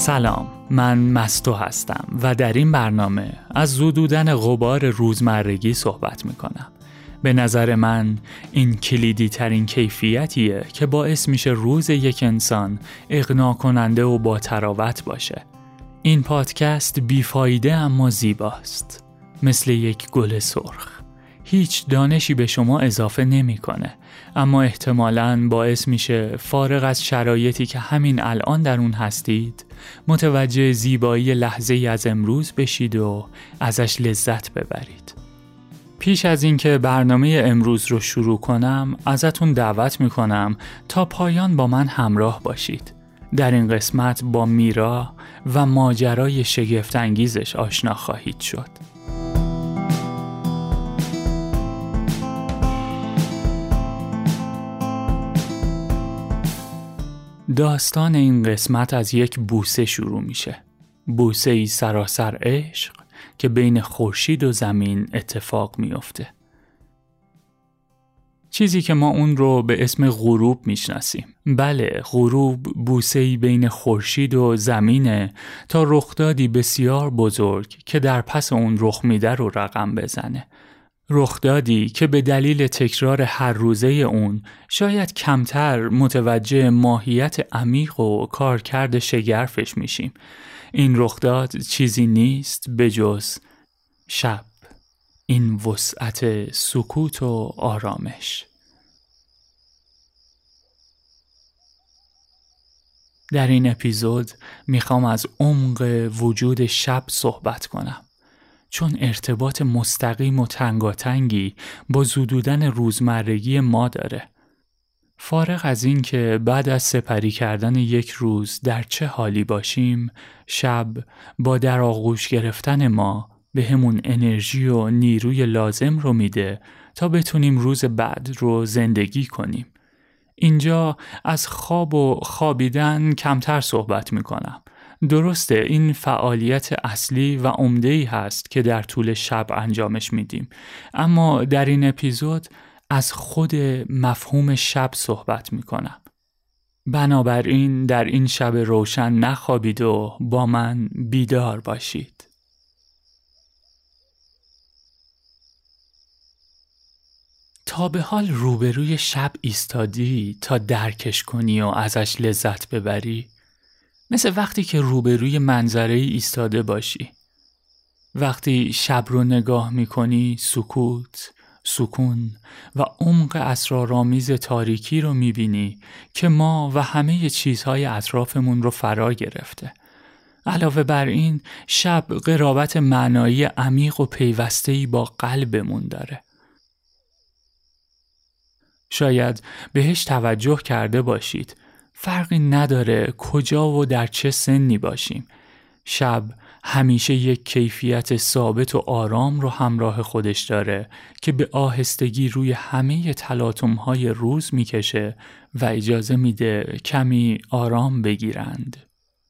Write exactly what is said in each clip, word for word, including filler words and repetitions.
سلام، من مستو هستم و در این برنامه از زدودن غبار روزمرگی صحبت میکنم. به نظر من این کلیدی ترین کیفیتیه که باعث میشه روز یک انسان اقناع کننده و با تراوت باشه. این پادکست بیفایده اما زیباست، مثل یک گل سرخ. هیچ دانشی به شما اضافه نمیکنه، اما احتمالاً باعث میشه فارغ از شرایطی که همین الان در اون هستید، متوجه زیبایی لحظه‌ای از امروز بشید و ازش لذت ببرید. پیش از اینکه برنامه امروز رو شروع کنم، ازتون دعوت میکنم تا پایان با من همراه باشید. در این قسمت با میرا و ماجرای شگفت‌انگیزش آشنا خواهید شد. داستان این قسمت از یک بوسه شروع میشه. بوسه ای سراسر عشق که بین خورشید و زمین اتفاق میفته. چیزی که ما اون رو به اسم غروب میشناسیم. بله، غروب بوسه ای بین خورشید و زمینه تا رخدادی بسیار بزرگ که در پس اون رخ میده رو رقم بزنه. رخدادی که به دلیل تکرار هر روزه اون شاید کمتر متوجه ماهیت عمیق و کارکرد شگرفش میشیم. این رخداد چیزی نیست به جز شب، این وسعت سکوت و آرامش. در این اپیزود میخوام از عمق وجود شب صحبت کنم، چون ارتباط مستقیم و تنگاتنگی با زدودن روزمرگی ما داره. فارغ از این که بعد از سپری کردن یک روز در چه حالی باشیم، شب با در آغوش گرفتن ما به همون انرژی و نیروی لازم رو میده تا بتونیم روز بعد رو زندگی کنیم. اینجا از خواب و خوابیدن کمتر صحبت میکنم. درسته این فعالیت اصلی و عمده‌ای هست که در طول شب انجامش میدیم، اما در این اپیزود از خود مفهوم شب صحبت میکنم. بنابراین در این شب روشن نخوابید و با من بیدار باشید. تا به حال روبروی شب ایستادی تا درکش کنی و ازش لذت ببری؟ مثل وقتی که روبروی منظره ایستاده باشی. وقتی شب رو نگاه میکنی، سکوت، سکون و عمق اسرارآمیز تاریکی رو میبینی که ما و همه چیزهای اطرافمون رو فرا گرفته. علاوه بر این، شب قرابت معنایی عمیق و پیوسته‌ای با قلبمون داره. شاید بهش توجه کرده باشید. فرقی نداره کجا و در چه سنی باشیم. شب همیشه یک کیفیت ثابت و آرام رو همراه خودش داره که به آهستگی روی همه تلاطم‌های روز میکشه و اجازه میده کمی آرام بگیرند.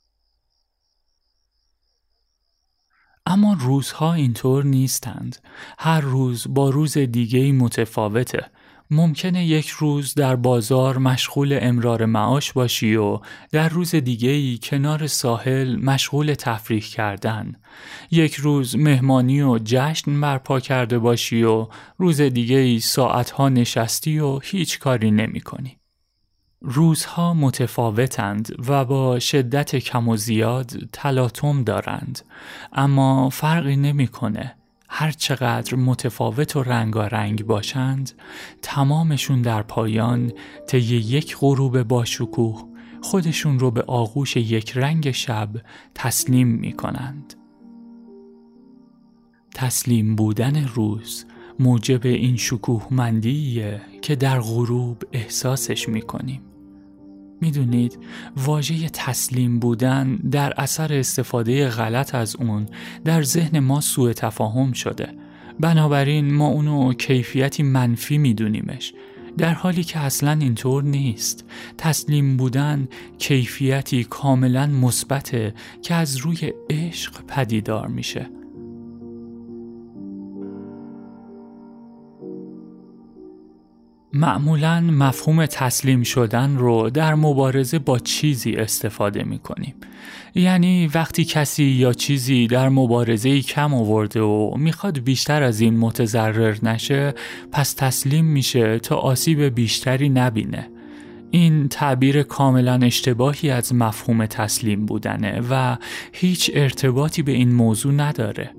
اما روزها اینطور نیستند. هر روز با روز دیگه‌ای متفاوته. ممکنه یک روز در بازار مشغول امرار معاش باشی و در روز دیگه‌ای کنار ساحل مشغول تفریح کردن. یک روز مهمانی و جشن برپا کرده باشی و روز دیگه‌ای ساعتها نشستی و هیچ کاری نمی کنی. روزها متفاوتند و با شدت کم و زیاد تلاطم دارند، اما فرقی نمی کنه. هر چقدر متفاوت و رنگارنگ باشند، تمامشون در پایان طی یک غروب باشکوه خودشون رو به آغوش یک رنگ شب تسلیم می کنند. تسلیم بودن روز موجب این شکوهمندیه که در غروب احساسش می کنیم. میدونید واژه تسلیم بودن در اثر استفاده غلط از اون در ذهن ما سوء تفاهم شده. بنابراین ما اونو کیفیتی منفی میدونیمش، در حالی که اصلاً اینطور نیست. تسلیم بودن کیفیتی کاملاً مثبته که از روی عشق پدیدار میشه. معمولاً مفهوم تسلیم شدن رو در مبارزه با چیزی استفاده می‌کنیم. یعنی وقتی کسی یا چیزی در مبارزه‌ای کم آورده و میخواد بیشتر از این متضرر نشه، پس تسلیم میشه تا آسیب بیشتری نبینه. این تعبیر کاملاً اشتباهی از مفهوم تسلیم بودنه و هیچ ارتباطی به این موضوع نداره.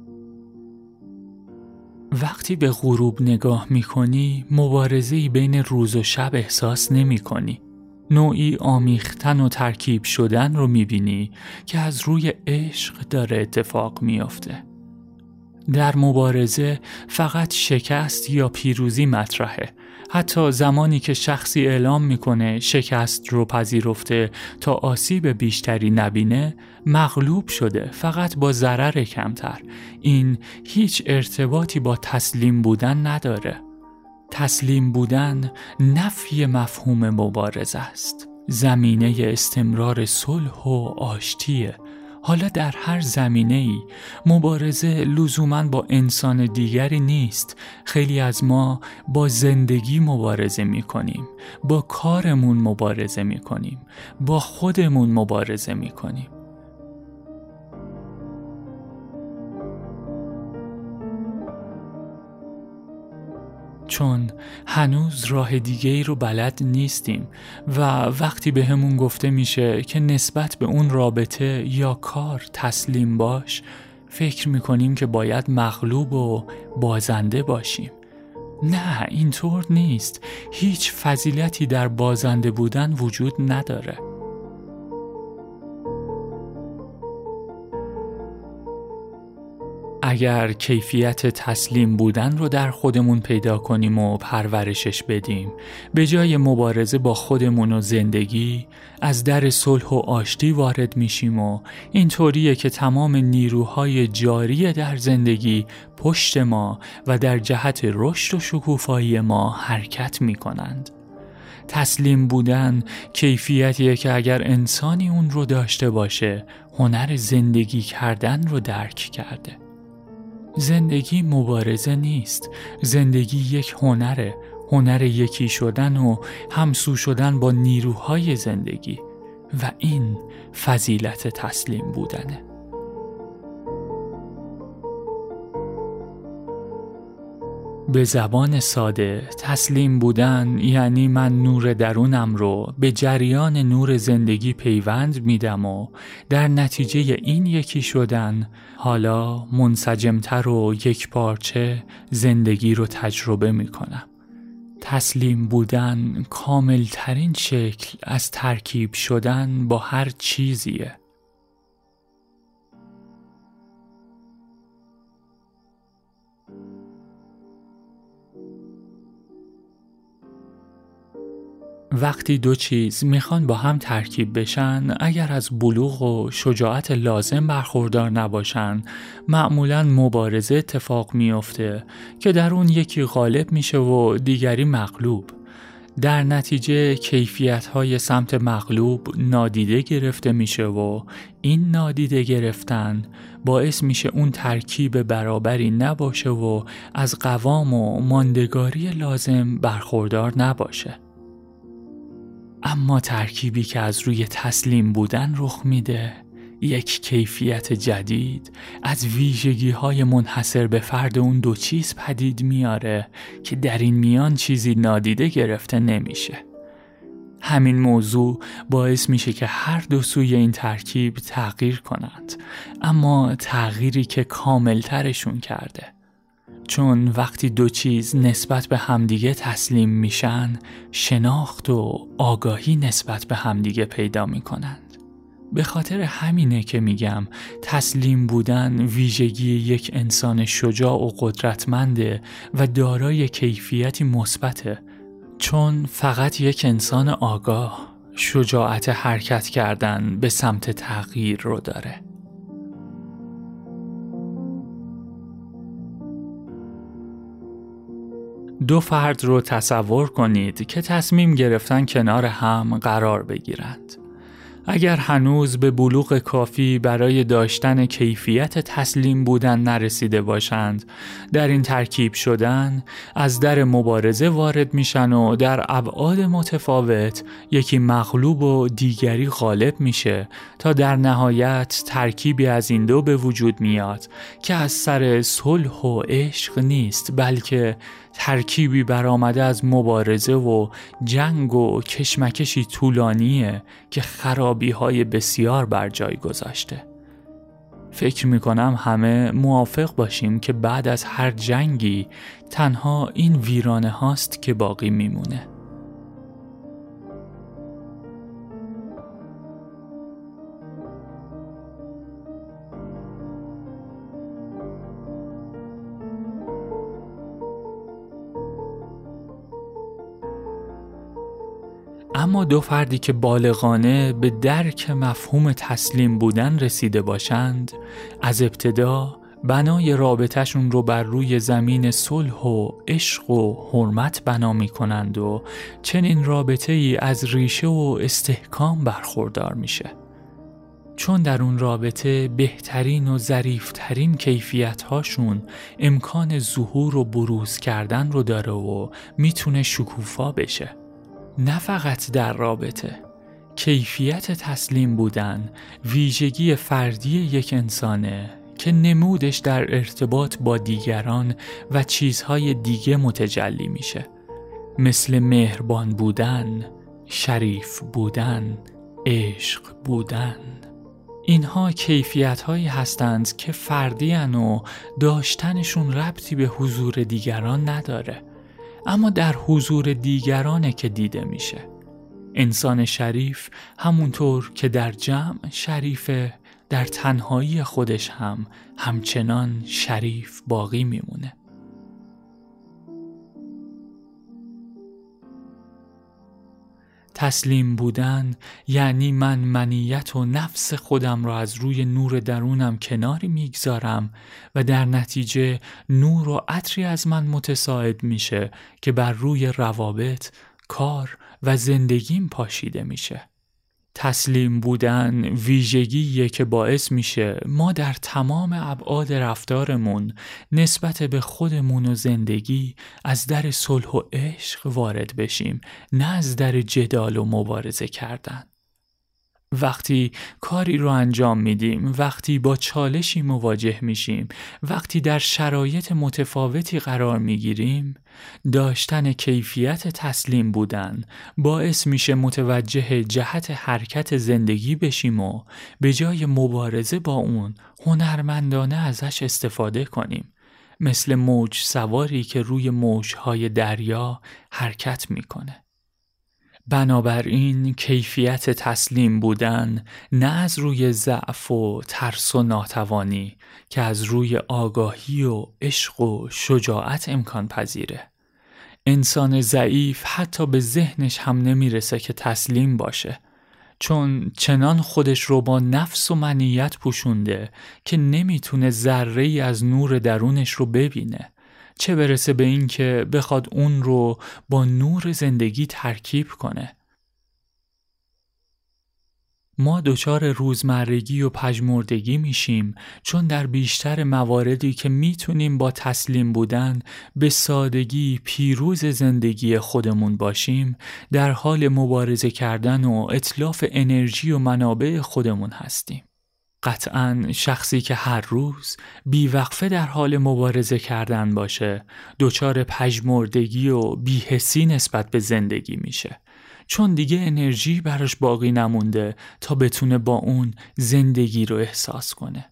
وقتی به غروب نگاه میکنی، مبارزه‌ای بین روز و شب احساس نمیکنی. نوعی آمیختن و ترکیب شدن رو میبینی که از روی عشق داره اتفاق میافته. در مبارزه فقط شکست یا پیروزی مطرحه. حتی زمانی که شخصی اعلام میکنه شکست رو پذیرفته تا آسیب بیشتری نبینه، مغلوب شده، فقط با ضرر کمتر. این هیچ ارتباطی با تسلیم بودن نداره. تسلیم بودن نفی مفهوم مبارزه است. زمینه استمرار صلح و آشتیه. حالا در هر زمینه‌ای مبارزه لزوماً با انسان دیگری نیست. خیلی از ما با زندگی مبارزه می‌کنیم، با کارمون مبارزه می‌کنیم، با خودمون مبارزه می‌کنیم. چون هنوز راه دیگه‌ای رو بلد نیستیم و وقتی به همون گفته میشه که نسبت به اون رابطه یا کار تسلیم باش، فکر میکنیم که باید مغلوب و بازنده باشیم. نه، اینطور نیست. هیچ فضیلتی در بازنده بودن وجود نداره. اگر کیفیت تسلیم بودن رو در خودمون پیدا کنیم و پرورشش بدیم، به جای مبارزه با خودمون و زندگی، از در صلح و آشتی وارد میشیم و اینطوریه که تمام نیروهای جاری در زندگی پشت ما و در جهت رشد و شکوفایی ما حرکت میکنند. تسلیم بودن کیفیتیه که اگر انسانی اون رو داشته باشه، هنر زندگی کردن رو درک کرده. زندگی مبارزه نیست. زندگی یک هنره. هنر یکی شدن و همسو شدن با نیروهای زندگی، و این فضیلت تسلیم بودنه. به زبان ساده، تسلیم بودن یعنی من نور درونم رو به جریان نور زندگی پیوند میدم و در نتیجه این یکی شدن حالا منسجمتر و یک پارچه زندگی رو تجربه میکنم. تسلیم بودن کامل ترین شکل از ترکیب شدن با هر چیزیه. وقتی دو چیز میخوان با هم ترکیب بشن، اگر از بلوغ و شجاعت لازم برخوردار نباشن، معمولاً مبارزه اتفاق میفته که در اون یکی غالب میشه و دیگری مغلوب. در نتیجه کیفیت‌های سمت مغلوب نادیده گرفته میشه و این نادیده گرفتن باعث میشه اون ترکیب برابری نباشه و از قوام و ماندگاری لازم برخوردار نباشه. اما ترکیبی که از روی تسلیم بودن رخ میده، یک کیفیت جدید از ویژگی‌های منحصر به فرد اون دو چیز پدید میاره که در این میان چیزی نادیده گرفته نمیشه. همین موضوع باعث میشه که هر دو سوی این ترکیب تغییر کنند، اما تغییری که کاملترشون کرده. چون وقتی دو چیز نسبت به همدیگه تسلیم میشن، شناخت و آگاهی نسبت به همدیگه پیدا میکنند. به خاطر همینه که میگم تسلیم بودن ویژگی یک انسان شجاع و قدرتمنده و دارای کیفیتی مثبته، چون فقط یک انسان آگاه شجاعت حرکت کردن به سمت تغییر رو داره. دو فرد رو تصور کنید که تصمیم گرفتن کنار هم قرار بگیرند. اگر هنوز به بلوغ کافی برای داشتن کیفیت تسلیم بودن نرسیده باشند، در این ترکیب شدن از در مبارزه وارد میشن و در ابعاد متفاوت یکی مغلوب و دیگری غالب میشه تا در نهایت ترکیبی از این دو به وجود میاد که از سر صلح و عشق نیست، بلکه ترکیبی برآمده از مبارزه و جنگ و کشمکشی طولانیه که خرابی‌های بسیار بر جای گذاشته. فکر میکنم همه موافق باشیم که بعد از هر جنگی تنها این ویرانه هاست که باقی میمونه. اما دو فردی که بالغانه به درک مفهوم تسلیم بودن رسیده باشند، از ابتدا بنای رابطه‌شون رو بر روی زمین صلح و عشق و حرمت بنا می‌کنند و چنین رابطه‌ای از ریشه و استحکام برخوردار میشه. چون در اون رابطه بهترین و ظریف‌ترین کیفیت‌هاشون امکان ظهور و بروز کردن رو داره و میتونه شکوفا بشه. نه فقط در رابطه، کیفیت تسلیم بودن ویژگی فردی یک انسانه که نمودش در ارتباط با دیگران و چیزهای دیگه متجلی میشه، مثل مهربان بودن، شریف بودن، عشق بودن. اینها کیفیت‌هایی هستند که فردی‌اند و داشتنشون ربطی به حضور دیگران نداره، اما در حضور دیگرانه که دیده میشه. انسان شریف همونطور که در جمع شریفه، در تنهایی خودش هم همچنان شریف باقی میمونه. تسلیم بودن یعنی من منیت و نفس خودم را از روی نور درونم کناری میگذارم و در نتیجه نور و عطری از من متساعد میشه که بر روی روابط، کار و زندگیم پاشیده میشه. تسلیم بودن ویژگیه که باعث میشه ما در تمام ابعاد رفتارمون نسبت به خودمون و زندگی از در صلح و عشق وارد بشیم، نه از در جدال و مبارزه کردن. وقتی کاری رو انجام میدیم، وقتی با چالشی مواجه میشیم، وقتی در شرایط متفاوتی قرار میگیریم، داشتن کیفیت تسلیم بودن باعث میشه متوجه جهت حرکت زندگی بشیم و به جای مبارزه با اون هنرمندانه ازش استفاده کنیم، مثل موج سواری که روی موجهای دریا حرکت میکنه. بنابراین کیفیت تسلیم بودن نه از روی ضعف و ترس و ناتوانی که از روی آگاهی و عشق و شجاعت امکان پذیره. انسان ضعیف حتی به ذهنش هم نمیرسه که تسلیم باشه، چون چنان خودش رو با نفس و منیت پوشونده که نمیتونه ذره‌ای از نور درونش رو ببینه، چه برسه به این که بخواد اون رو با نور زندگی ترکیب کنه. ما دچار روزمرگی و پژمردگی میشیم چون در بیشتر مواردی که میتونیم با تسلیم بودن به سادگی پیروز زندگی خودمون باشیم، در حال مبارزه کردن و اتلاف انرژی و منابع خودمون هستیم. قطعاً شخصی که هر روز بیوقفه در حال مبارزه کردن باشه، دچار پژمردگی و بی‌حسی نسبت به زندگی میشه، چون دیگه انرژی براش باقی نمونده تا بتونه با اون زندگی رو احساس کنه.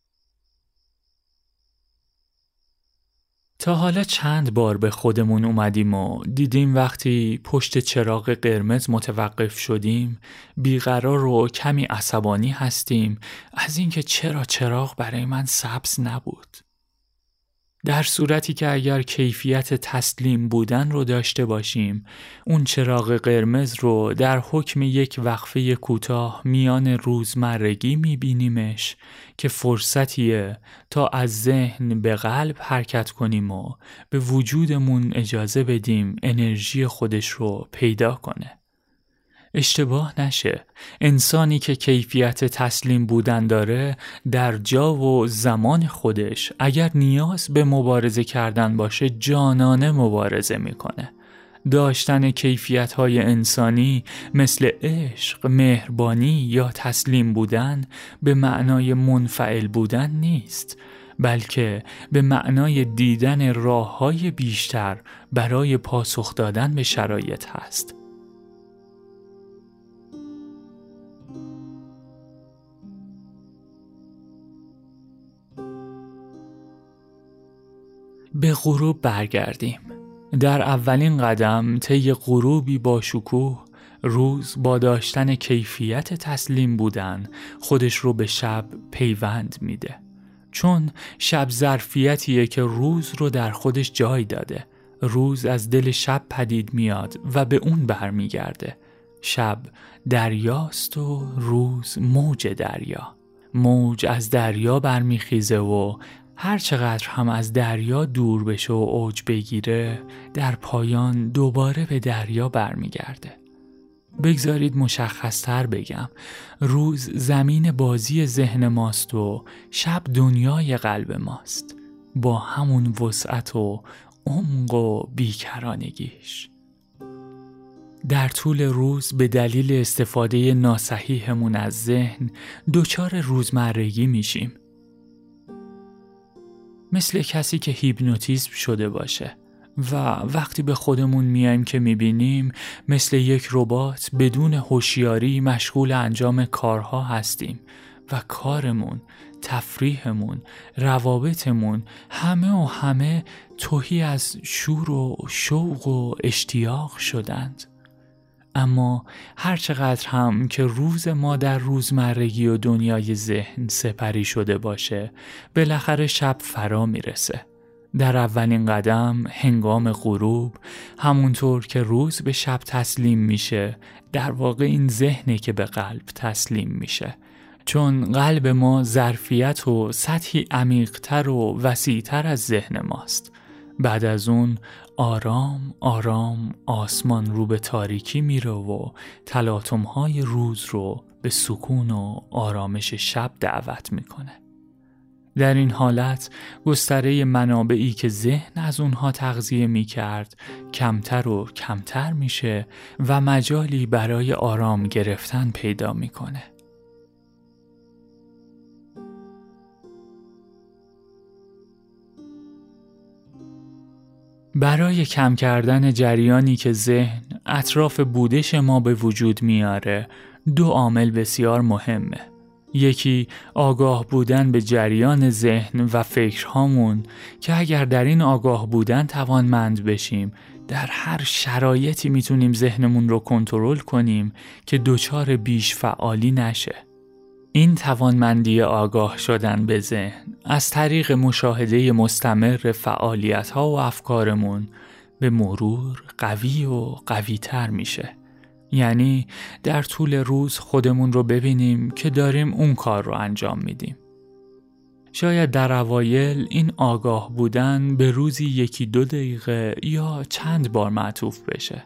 تا حالا چند بار به خودمون اومدیم و دیدیم وقتی پشت چراغ قرمز متوقف شدیم بیقرار و کمی عصبانی هستیم از اینکه چرا چراغ برای من سبز نبود. در صورتی که اگر کیفیت تسلیم بودن رو داشته باشیم، اون چراغ قرمز رو در حکم یک وقفه کوتاه میان روزمرگی میبینیمش که فرصتیه تا از ذهن به قلب حرکت کنیم و به وجودمون اجازه بدیم انرژی خودش رو پیدا کنه. اشتباه نشه، انسانی که کیفیت تسلیم بودن داره در جا و زمان خودش اگر نیاز به مبارزه کردن باشه جانانه مبارزه میکنه. داشتن کیفیت‌های انسانی مثل عشق، مهربانی یا تسلیم بودن به معنای منفعل بودن نیست، بلکه به معنای دیدن راه‌های بیشتر برای پاسخ دادن به شرایط هست. به غروب برگردیم. در اولین قدم طی غروبی با شکوه، روز با داشتن کیفیت تسلیم بودن خودش رو به شب پیوند میده. چون شب ظرفیتیه که روز رو در خودش جای داده. روز از دل شب پدید میاد و به اون برمیگرده. شب دریاست و روز موج دریا. موج از دریا برمیخیزه و هر چقدر هم از دریا دور بشه و اوج بگیره، در پایان دوباره به دریا برمیگرده. بگذارید مشخص‌تر بگم، روز زمین بازی ذهن ماست و شب دنیای قلب ماست، با همون وسعت و عمق و بیکرانگیش. در طول روز به دلیل استفاده ناصحیحمون از ذهن دچار روزمرگی میشیم. مثل کسی که هیپنوتیزم شده باشه و وقتی به خودمون میایم که میبینیم مثل یک ربات بدون هوشیاری مشغول انجام کارها هستیم و کارمون، تفریحمون، روابطمون همه و همه تهی از شور و شوق و اشتیاق شدند. اما هر چقدر هم که روز ما در روزمرگی و دنیای ذهن سپری شده باشه، بالاخره شب فرا میرسه. در اولین قدم، هنگام غروب، همونطور که روز به شب تسلیم میشه، در واقع این ذهنه که به قلب تسلیم میشه. چون قلب ما ظرفیت و سطحی عمیق‌تر و وسیع‌تر از ذهن ماست. بعد از اون آرام آرام آسمان رو به تاریکی میره و تلاطم‌های روز رو به سکون و آرامش شب دعوت میکنه. در این حالت گستره منابعی که ذهن از اونها تغذیه میکرد کمتر و کمتر میشه و مجالی برای آرام گرفتن پیدا میکنه. برای کم کردن جریانی که ذهن اطراف بودش ما به وجود میاره، دو عامل بسیار مهمه. یکی آگاه بودن به جریان ذهن و فکرهامون که اگر در این آگاه بودن توانمند بشیم، در هر شرایطی میتونیم ذهنمون رو کنترل کنیم که دچار بیش فعالی نشه. این توانمندی آگاه شدن به ذهن از طریق مشاهده مستمر فعالیت‌ها و افکارمون به مرور قوی و قوی‌تر میشه. یعنی در طول روز خودمون رو ببینیم که داریم اون کار رو انجام میدیم. شاید در اوایل این آگاه بودن به روزی یکی دو دقیقه یا چند بار معطوف بشه.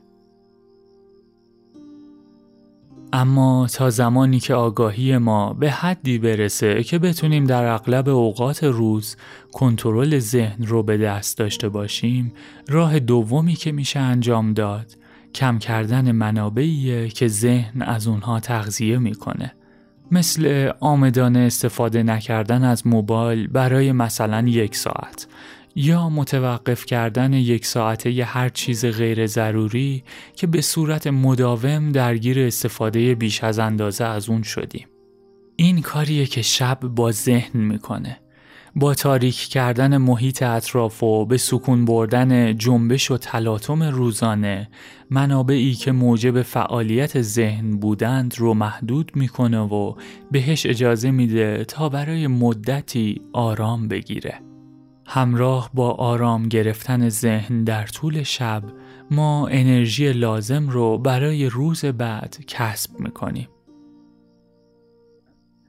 اما تا زمانی که آگاهی ما به حدی برسه که بتونیم در اغلب اوقات روز کنترل ذهن رو به دست داشته باشیم، راه دومی که میشه انجام داد کم کردن منابعیه که ذهن از اونها تغذیه میکنه. مثل عامدانه استفاده نکردن از موبایل برای مثلا یک ساعت یا متوقف کردن یک ساعته ی هر چیز غیر ضروری که به صورت مداوم درگیر استفاده بیش از اندازه از اون شدیم. این کاریه که شب با ذهن میکنه. با تاریک کردن محیط اطراف و به سکون بردن جنبش و تلاطم روزانه، منابعی که موجب فعالیت ذهن بودند رو محدود میکنه و بهش اجازه میده تا برای مدتی آرام بگیره. همراه با آرام گرفتن ذهن در طول شب، ما انرژی لازم رو برای روز بعد کسب میکنیم.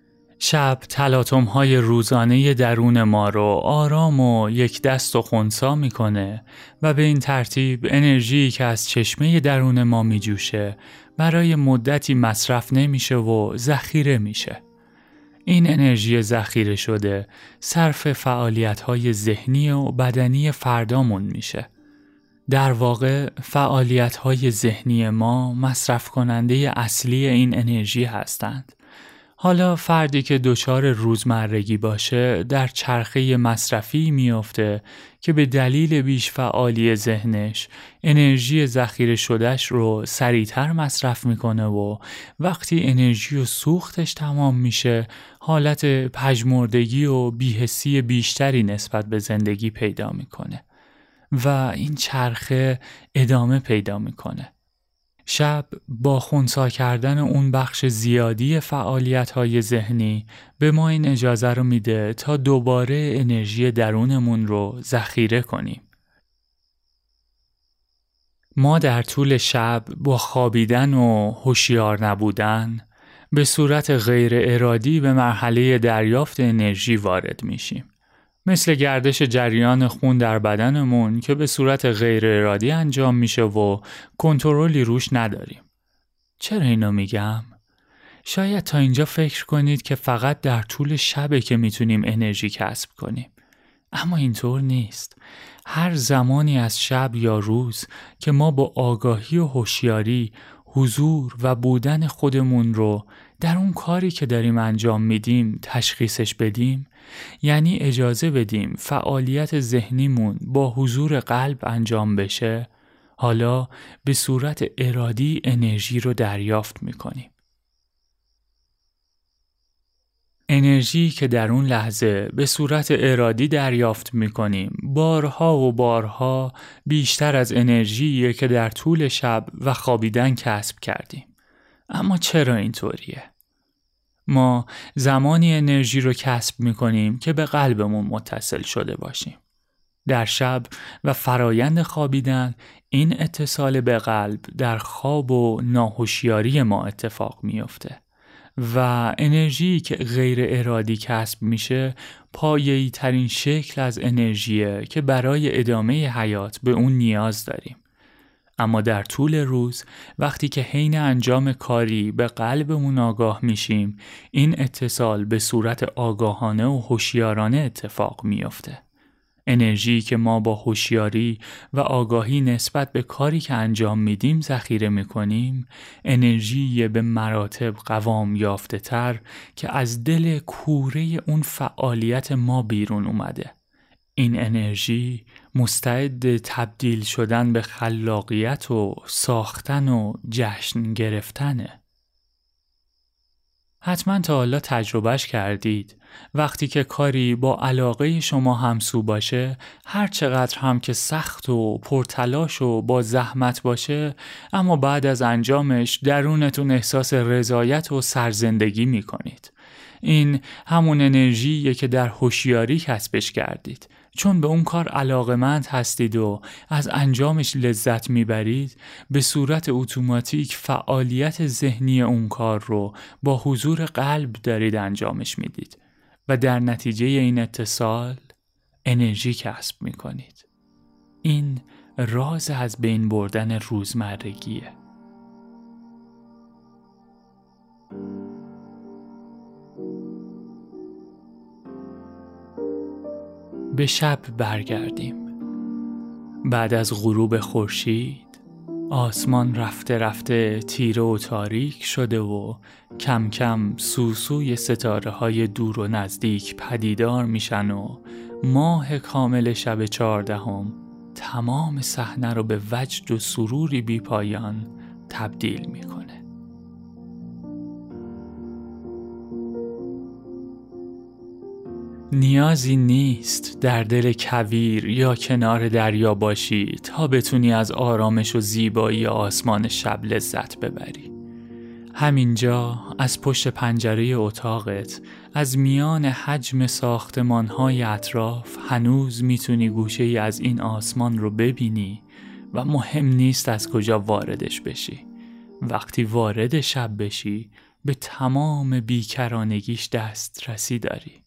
شب تلاطم‌های روزانه درون ما رو آرام و یک دست و خنثی میکنه و به این ترتیب انرژی که از چشمه درون ما میجوشه برای مدتی مصرف نمیشه و ذخیره میشه. این انرژی ذخیره شده صرف فعالیت‌های ذهنی و بدنی فردامون میشه. در واقع فعالیت‌های ذهنی ما مصرف کننده اصلی این انرژی هستند. حالا فردی که دچار روزمرگی باشه در چرخه مصرفی میفته که به دلیل بیش فعالی ذهنش انرژی ذخیره شدهش رو سریعتر مصرف میکنه و وقتی انرژی و سوختش تمام میشه حالت پژمردگی و بی‌حسی بیشتری نسبت به زندگی پیدا میکنه و این چرخه ادامه پیدا میکنه. شب با خنثی کردن اون بخش زیادی فعالیت‌های ذهنی به ما این اجازه رو میده تا دوباره انرژی درونمون رو ذخیره کنیم. ما در طول شب با خوابیدن و هوشیار نبودن به صورت غیر ارادی به مرحله دریافت انرژی وارد میشیم. مثل گردش جریان خون در بدنمون که به صورت غیر ارادی انجام میشه و کنترلی روش نداریم. چرا اینو میگم؟ شاید تا اینجا فکر کنید که فقط در طول شبه که میتونیم انرژی کسب کنیم. اما اینطور نیست. هر زمانی از شب یا روز که ما با آگاهی و هوشیاری حضور و بودن خودمون رو در اون کاری که داریم انجام میدیم تشخیصش بدیم، یعنی اجازه بدیم فعالیت ذهنیمون با حضور قلب انجام بشه، حالا به صورت ارادی انرژی رو دریافت میکنیم. انرژی که در اون لحظه به صورت ارادی دریافت میکنیم بارها و بارها بیشتر از انرژیه که در طول شب و خوابیدن کسب کردیم. اما چرا اینطوریه؟ ما زمانی انرژی رو کسب میکنیم که به قلبمون متصل شده باشیم. در شب و فرایند خوابیدن این اتصال به قلب در خواب و ناهوشیاری ما اتفاق میفته و انرژی که غیر ارادی کسب میشه پایه‌ای ترین شکل از انرژیه که برای ادامه حیات به اون نیاز داریم. اما در طول روز وقتی که حین انجام کاری به قلبمون آگاه میشیم این اتصال به صورت آگاهانه و هوشیارانه اتفاق میفته. انرژی که ما با هوشیاری و آگاهی نسبت به کاری که انجام میدیم ذخیره میکنیم انرژی به مراتب قوام یافته تر که از دل کوره اون فعالیت ما بیرون اومده. این انرژی مستعد تبدیل شدن به خلاقیت و ساختن و جشن گرفتنه. حتما تا حالا تجربهش کردید. وقتی که کاری با علاقه شما همسو باشه، هر چقدر هم که سخت و پرتلاش و با زحمت باشه، اما بعد از انجامش درونتون احساس رضایت و سرزندگی میکنید. این همون انرژیه که در هوشیاری کسبش کردید. چون به اون کار علاقه‌مند هستید و از انجامش لذت میبرید، به صورت اتوماتیک فعالیت ذهنی اون کار رو با حضور قلب دارید انجامش میدید و در نتیجه این اتصال انرژی کسب میکنید. این راز از بین بردن روزمرگیه. به شب برگردیم. بعد از غروب خورشید آسمان رفته رفته تیره و تاریک شده و کم کم سوسوی ستاره های دور و نزدیک پدیدار میشن و ماه کامل شب چهاردهم تمام صحنه رو به وجد و سروری بی پایان تبدیل میکنه. نیازی نیست در دل کویر یا کنار دریا باشی تا بتونی از آرامش و زیبایی آسمان شب لذت ببری. همینجا از پشت پنجره اتاقت از میان حجم ساختمان‌های اطراف هنوز میتونی گوشه‌ای از این آسمان رو ببینی و مهم نیست از کجا واردش بشی. وقتی وارد شب بشی به تمام بیکرانگیش دسترسی داری.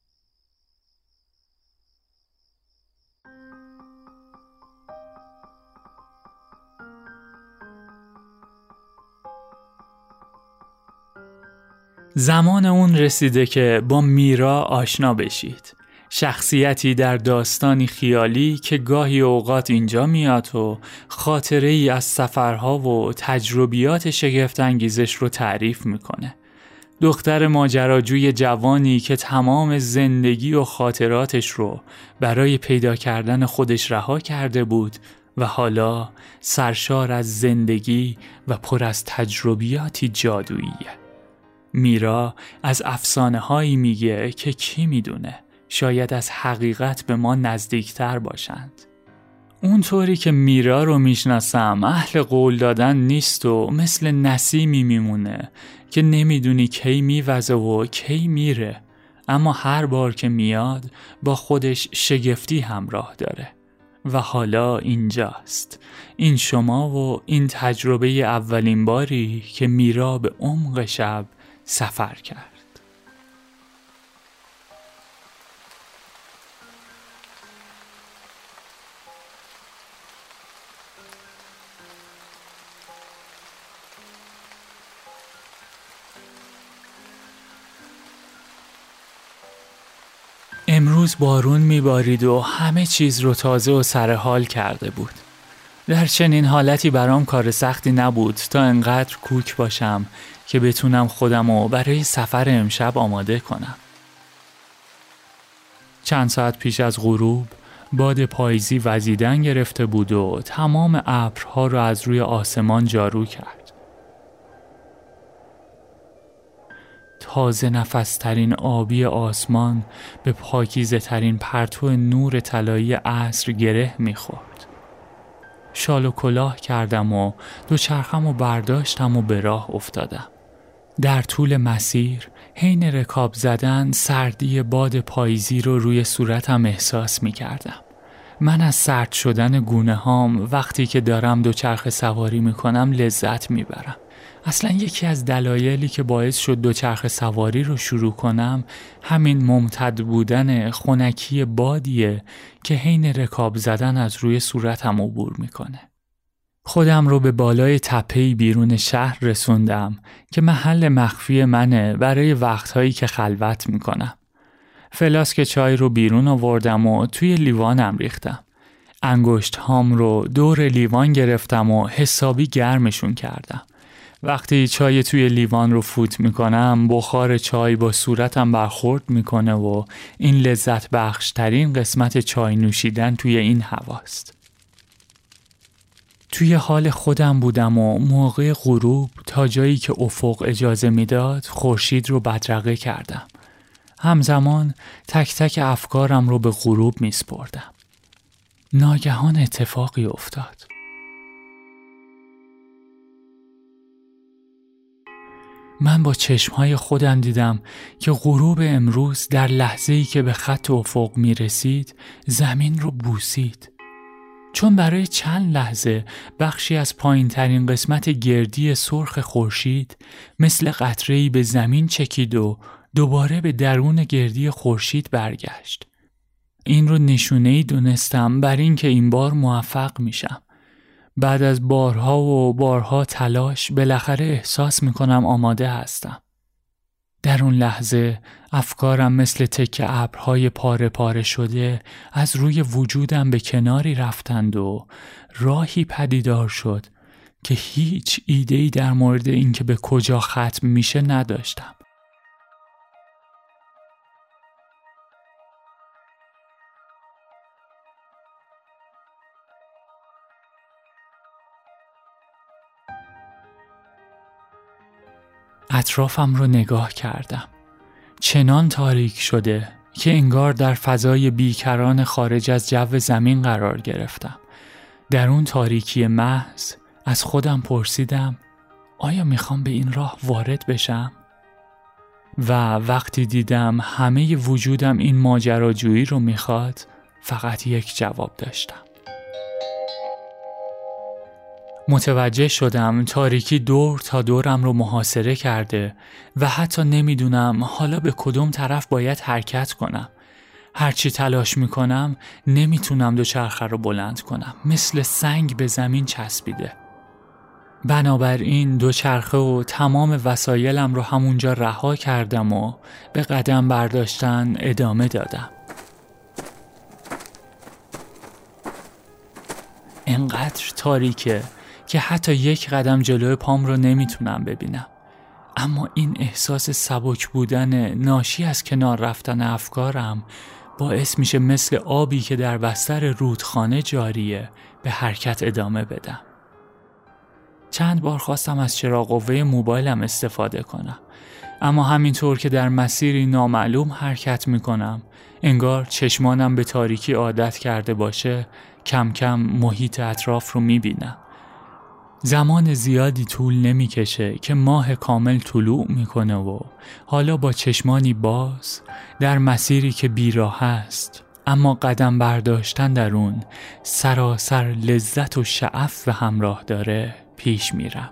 زمان اون رسیده که با میرا آشنا بشید. شخصیتی در داستانی خیالی که گاهی اوقات اینجا میاد و خاطره ای از سفرها و تجربیات شگفت انگیزش رو تعریف میکنه. دختر ماجراجوی جوانی که تمام زندگی و خاطراتش رو برای پیدا کردن خودش رها کرده بود و حالا سرشار از زندگی و پر از تجربیاتی جادوییه. میرا از افسانه هایی میگه که کی میدونه شاید از حقیقت به ما نزدیکتر باشند. اونطوری که میرا رو میشناسم اهل قول دادن نیست و مثل نسیمی میمونه که نمیدونی کی میوزه و کی میره، اما هر بار که میاد با خودش شگفتی همراه داره. و حالا اینجاست، این شما و این تجربه اولین باری که میرا به عمق شب سفر کرد. امروز بارون میبارید و همه چیز رو تازه و سرحال کرده بود. در چنین حالتی برام کار سختی نبود تا انقدر کوک باشم که بتونم خودم رو برای سفر امشب آماده کنم. چند ساعت پیش از غروب باد پاییزی وزیدن گرفته بود و تمام ابرها رو از روی آسمان جارو کرد. تازه نفس ترین آبی آسمان به پاکیزه ترین پرتو نور طلایی عصر گره میخورد. شال و کلاه کردم و دوچرخم و برداشتم و به راه افتادم. در طول مسیر حین رکاب زدن سردی باد پاییزی رو روی صورتم احساس می کردم. من از سرد شدن گونه هام وقتی که دارم دوچرخه سواری می کنم لذت می برم. اصلا یکی از دلایلی که باعث شد دوچرخه سواری رو شروع کنم همین ممتد بودن خنکی بادیه که حین رکاب زدن از روی صورتم عبور می کنه. خودم رو به بالای تپه‌ای بیرون شهر رسوندم که محل مخفی منه برای وقتهایی که خلوت میکنم. فلاسک چای رو بیرون آوردم و توی لیوانم ریختم. انگشت هام رو دور لیوان گرفتم و حسابی گرمشون کردم. وقتی چای توی لیوان رو فوت میکنم بخار چای با صورتم برخورد میکنه و این لذت بخش ترین قسمت چای نوشیدن توی این هواست. توی حال خودم بودم و موقع غروب تا جایی که افق اجازه میداد خورشید رو بدرقه کردم. همزمان تک تک افکارم رو به غروب میسپردم. ناگهان اتفاقی افتاد. من با چشمهای خودم دیدم که غروب امروز در لحظه‌ای که به خط افق میرسید زمین رو بوسید. چون برای چند لحظه بخشی از پایین ترین قسمت گردی سرخ خورشید مثل قطره‌ای به زمین چکید و دوباره به درون گردی خورشید برگشت. این رو نشونه‌ای دونستم بر این که این بار موفق میشم. بعد از بارها و بارها تلاش بالاخره احساس میکنم آماده هستم. در اون لحظه افکارم مثل تکه ابرهای پاره پاره شده از روی وجودم به کناری رفتند و راهی پدیدار شد که هیچ ایده‌ای در مورد اینکه به کجا ختم میشه نداشتم. اطرافم رو نگاه کردم. چنان تاریک شده که انگار در فضای بیکران خارج از جو زمین قرار گرفتم. در اون تاریکی محض از خودم پرسیدم آیا میخوام به این راه وارد بشم؟ و وقتی دیدم همه وجودم این ماجراجویی رو میخواد فقط یک جواب داشتم. متوجه شدم تاریکی دور تا دورم رو محاصره کرده و حتی نمیدونم حالا به کدوم طرف باید حرکت کنم. هرچی تلاش میکنم نمیتونم دوچرخه رو بلند کنم. مثل سنگ به زمین چسبیده. بنابراین دوچرخه و تمام وسایلم رو همونجا رها کردم و به قدم برداشتن ادامه دادم. انقدر تاریکه که حتی یک قدم جلوی پام رو نمیتونم ببینم. اما این احساس سبک بودن ناشی از کنار رفتن افکارم باعث میشه مثل آبی که در بستر رودخانه جاریه به حرکت ادامه بدم. چند بار خواستم از چراغ قوه موبایلم استفاده کنم، اما همینطور که در مسیری نامعلوم حرکت میکنم انگار چشمانم به تاریکی عادت کرده باشه کم کم محیط اطراف رو میبینم. زمان زیادی طول نمیکشه که ماه کامل طلوع میکنه و حالا با چشمانی باز در مسیری که بیراه است اما قدم برداشتن در اون سراسر لذت و شعف و همراه داره پیش میرم.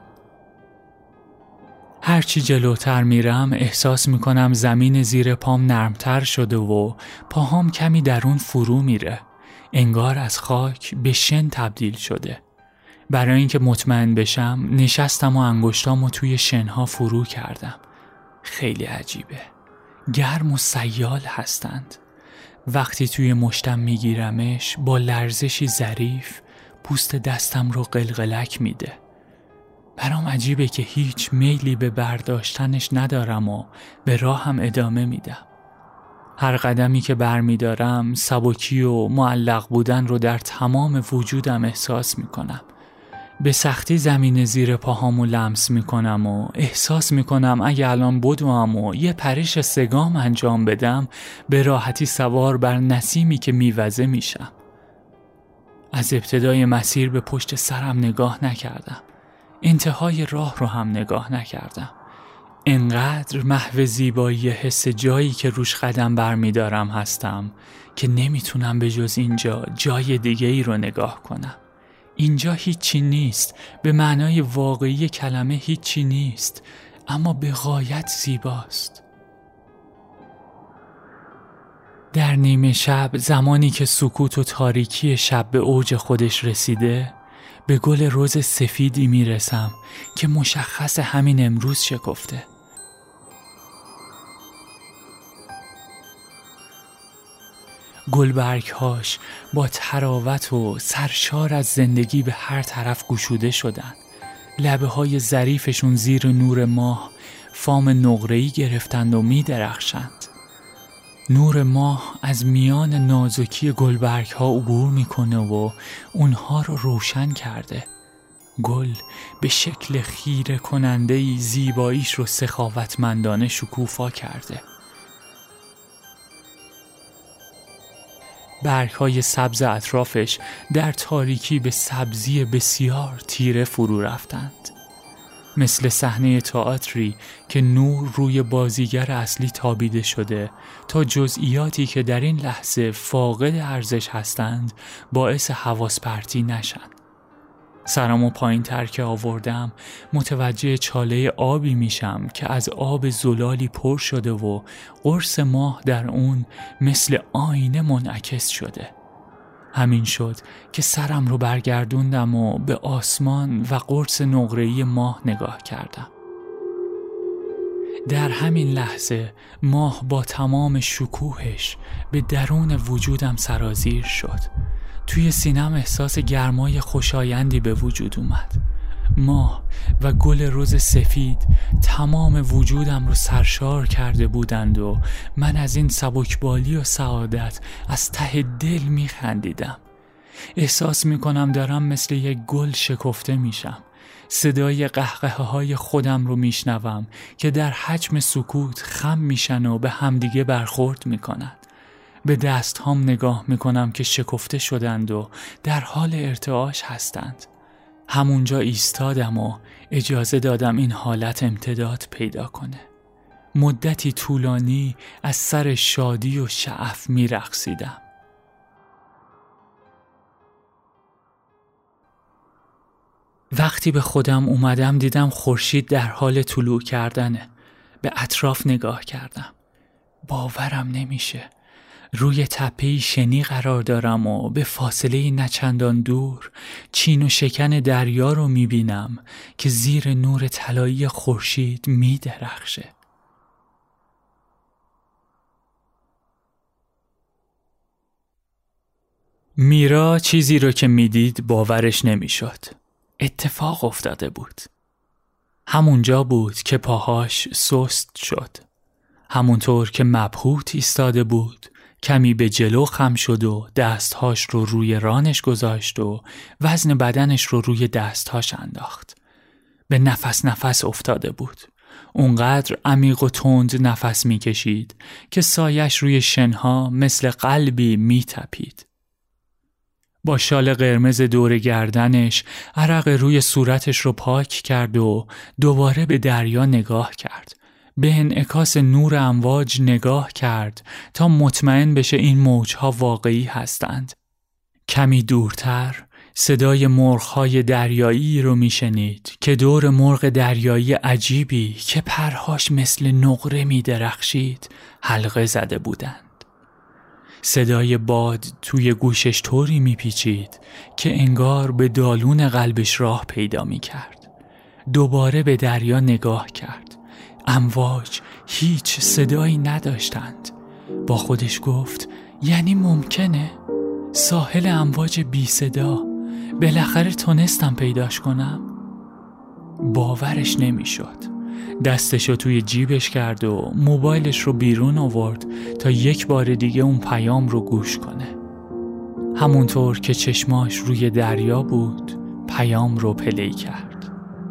هرچی جلوتر میرم احساس میکنم زمین زیر پام نرمتر شده و پاهام کمی درون فرو میره. انگار از خاک به شن تبدیل شده. برای اینکه مطمئن بشم نشستم و انگشتامو توی شنها فرو کردم. خیلی عجیبه. گرم و سیال هستند. وقتی توی مشتم میگیرمش با لرزشی ظریف پوست دستم رو قلقلک میده. برام عجیبه که هیچ میلی به برداشتنش ندارم و به راهم ادامه میدم. هر قدمی که برمیدارم سبکی و معلق بودن رو در تمام وجودم احساس میکنم. به سختی زمین زیر پاهامو لمس میکنم و احساس میکنم اگه الان بدوم و یه پرش سگام انجام بدم به راحتی سوار بر نسیمی که میوزه میشم. از ابتدای مسیر به پشت سرم نگاه نکردم. انتهای راه رو هم نگاه نکردم. انقدر محو زیبایی حس جایی که روش قدم برمیدارم هستم که نمیتونم به جز اینجا جای دیگه ای رو نگاه کنم. اینجا هیچی نیست، به معنای واقعی کلمه هیچی نیست، اما به غایت زیباست. در نیمه شب زمانی که سکوت و تاریکی شب به اوج خودش رسیده به گل رز سفیدی میرسم که مشخص همین امروز شکفته. گلبرگ‌هاش با تراوت و سرشار از زندگی به هر طرف گشوده شدن. لبه‌های ظریفشون زیر نور ماه فام نقره‌ای گرفتند و می‌درخشند. نور ماه از میان نازکی گلبرگ‌ها عبور می‌کنه و اونها رو روشن کرده. گل به شکل خیره کننده‌ای زیباییش رو سخاوتمندانه شکوفا کرده. برگ‌های سبز اطرافش در تاریکی به سبزی بسیار تیره فرو رفتند. مثل صحنه تئاتری که نور روی بازیگر اصلی تابیده شده تا جزئیاتی که در این لحظه فاقد ارزش هستند باعث حواس پرتی نشن. سرمو پایین تر که آوردم متوجه چاله آبی میشم که از آب زلالی پر شده و قرص ماه در اون مثل آینه منعکس شده. همین شد که سرم رو برگردوندم و به آسمان و قرص نقره‌ای ماه نگاه کردم. در همین لحظه ماه با تمام شکوهش به درون وجودم سرازیر شد. توی سینم احساس گرمای خوشایندی به وجود اومد. ماه و گل رز سفید تمام وجودم رو سرشار کرده بودند و من از این سبکبالی و سعادت از ته دل میخندیدم. احساس میکنم دارم مثل یک گل شکفته میشم. صدای قهقه های خودم رو میشنوم که در حجم سکوت خم میشن و به همدیگه برخورد میکنن. به دست هم نگاه میکنم که شکفته شدند و در حال ارتعاش هستند. همونجا ایستادم و اجازه دادم این حالت امتداد پیدا کنه. مدتی طولانی از سر شادی و شعف میرقصیدم. وقتی به خودم اومدم دیدم خورشید در حال طلوع کردنه. به اطراف نگاه کردم. باورم نمیشه. روی تپه‌ای شنی قرار دارم و به فاصله نچندان دور چین و شکن دریا رو میبینم که زیر نور طلایی خورشید میدرخشه. میرا چیزی رو که میدید باورش نمیشد. اتفاق افتاده بود. همونجا بود که پاهاش سست شد. همونطور که مبهوت ایستاده بود، کمی به جلو خم شد و دستهاش رو روی رانش گذاشت و وزن بدنش رو روی دستهاش انداخت. به نفس نفس افتاده بود. اونقدر عمیق و تند نفس میکشید که سایش روی شنها مثل قلبی میتپید. با شال قرمز دور گردنش عرق روی صورتش رو پاک کرد و دوباره به دریا نگاه کرد. به انعکاس نور امواج نگاه کرد تا مطمئن بشه این موجها واقعی هستند. کمی دورتر صدای مرغ‌های دریایی رو میشنید که دور مرغ دریایی عجیبی که پرهاش مثل نقره میدرخشید حلقه زده بودند. صدای باد توی گوشش طوری میپیچید که انگار به دالون قلبش راه پیدا میکرد. دوباره به دریا نگاه کرد. امواج هیچ صدایی نداشتند. با خودش گفت یعنی ممکنه؟ ساحل امواج بی صدا. بالاخره تونستم پیداش کنم؟ باورش نمیشد. دستشو توی جیبش کرد و موبایلش رو بیرون آورد تا یک بار دیگه اون پیام رو گوش کنه. همونطور که چشماش روی دریا بود، پیام رو پلی کرد.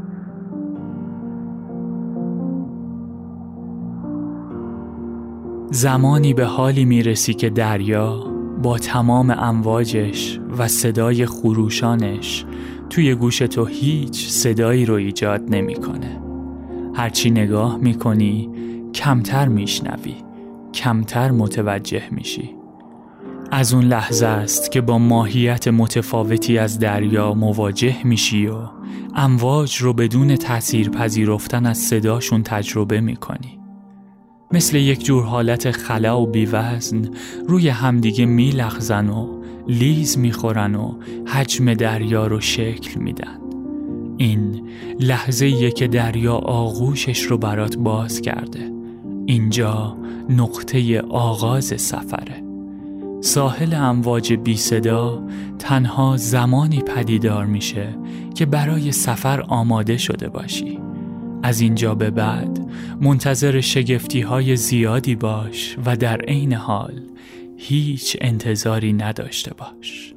زمانی به حالی میرسی که دریا با تمام امواجش و صدای خروشانش توی گوش تو هیچ صدایی رو ایجاد نمیکنه. هرچی نگاه میکنی کمتر میشنوی، کمتر متوجه میشی. از اون لحظه است که با ماهیت متفاوتی از دریا مواجه میشی و امواج رو بدون تأثیر پذیرفتن از صداشون تجربه میکنی. مثل یک جور حالت خلا و بیوزن روی همدیگه میلغزن و لیز میخورن و حجم دریا رو شکل میدن. این لحظه‌ایه که دریا آغوشش رو برات باز کرده. اینجا نقطه آغاز سفره. ساحل امواج بی صدا تنها زمانی پدیدار میشه که برای سفر آماده شده باشی. از اینجا به بعد منتظر شگفتی‌های زیادی باش و در عین حال هیچ انتظاری نداشته باش.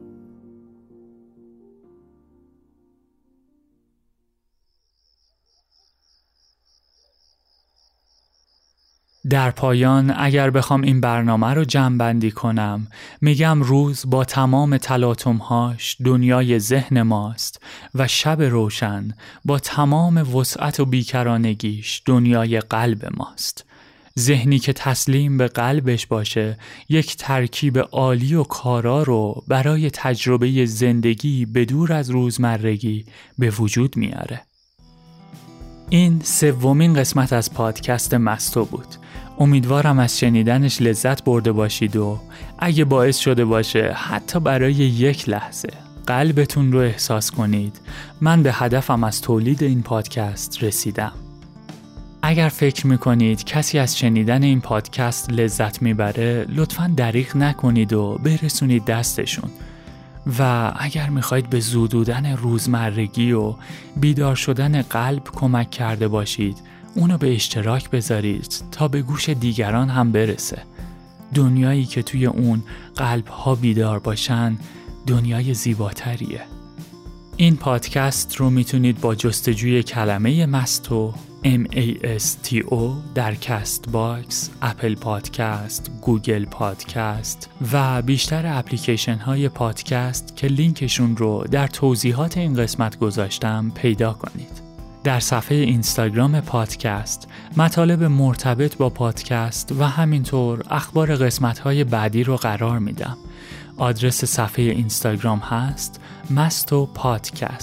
در پایان اگر بخوام این برنامه رو جمع‌بندی کنم، میگم روز با تمام تلاطم‌هاش دنیای ذهن ماست و شب روشن با تمام وسعت و بیکرانگیش دنیای قلب ماست. ذهنی که تسلیم به قلبش باشه یک ترکیب عالی و کارا رو برای تجربه زندگی بدور از روزمرگی به وجود میاره. این سومین قسمت از پادکست مستو بود. امیدوارم از شنیدنش لذت برده باشید و اگه باعث شده باشه حتی برای یک لحظه قلبتون رو احساس کنید من به هدفم از تولید این پادکست رسیدم. اگر فکر میکنید کسی از شنیدن این پادکست لذت میبره لطفاً دریغ نکنید و برسونید دستشون. و اگر میخواید به زودودن روزمرگی و بیدار شدن قلب کمک کرده باشید اونو به اشتراک بذارید تا به گوش دیگران هم برسه. دنیایی که توی اون قلب ها بیدار باشن دنیای زیباتریه. این پادکست رو میتونید با جستجوی کلمه مستو ام ای اس تی او در کست باکس، اپل پادکست، گوگل پادکست و بیشتر اپلیکیشن های پادکست که لینکشون رو در توضیحات این قسمت گذاشتم پیدا کنید. در صفحه اینستاگرام پادکست مطالب مرتبط با پادکست و همینطور اخبار قسمت های بعدی رو قرار میدم. آدرس صفحه اینستاگرام هست مستو پادکست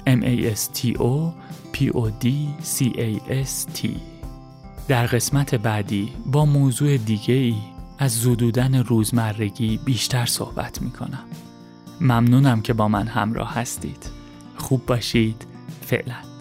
M A S T O P O D C A S T. در قسمت بعدی با موضوع دیگه ای از زدودن روزمرگی بیشتر صحبت میکنم. ممنونم که با من همراه هستید. خوب باشید. فعلا.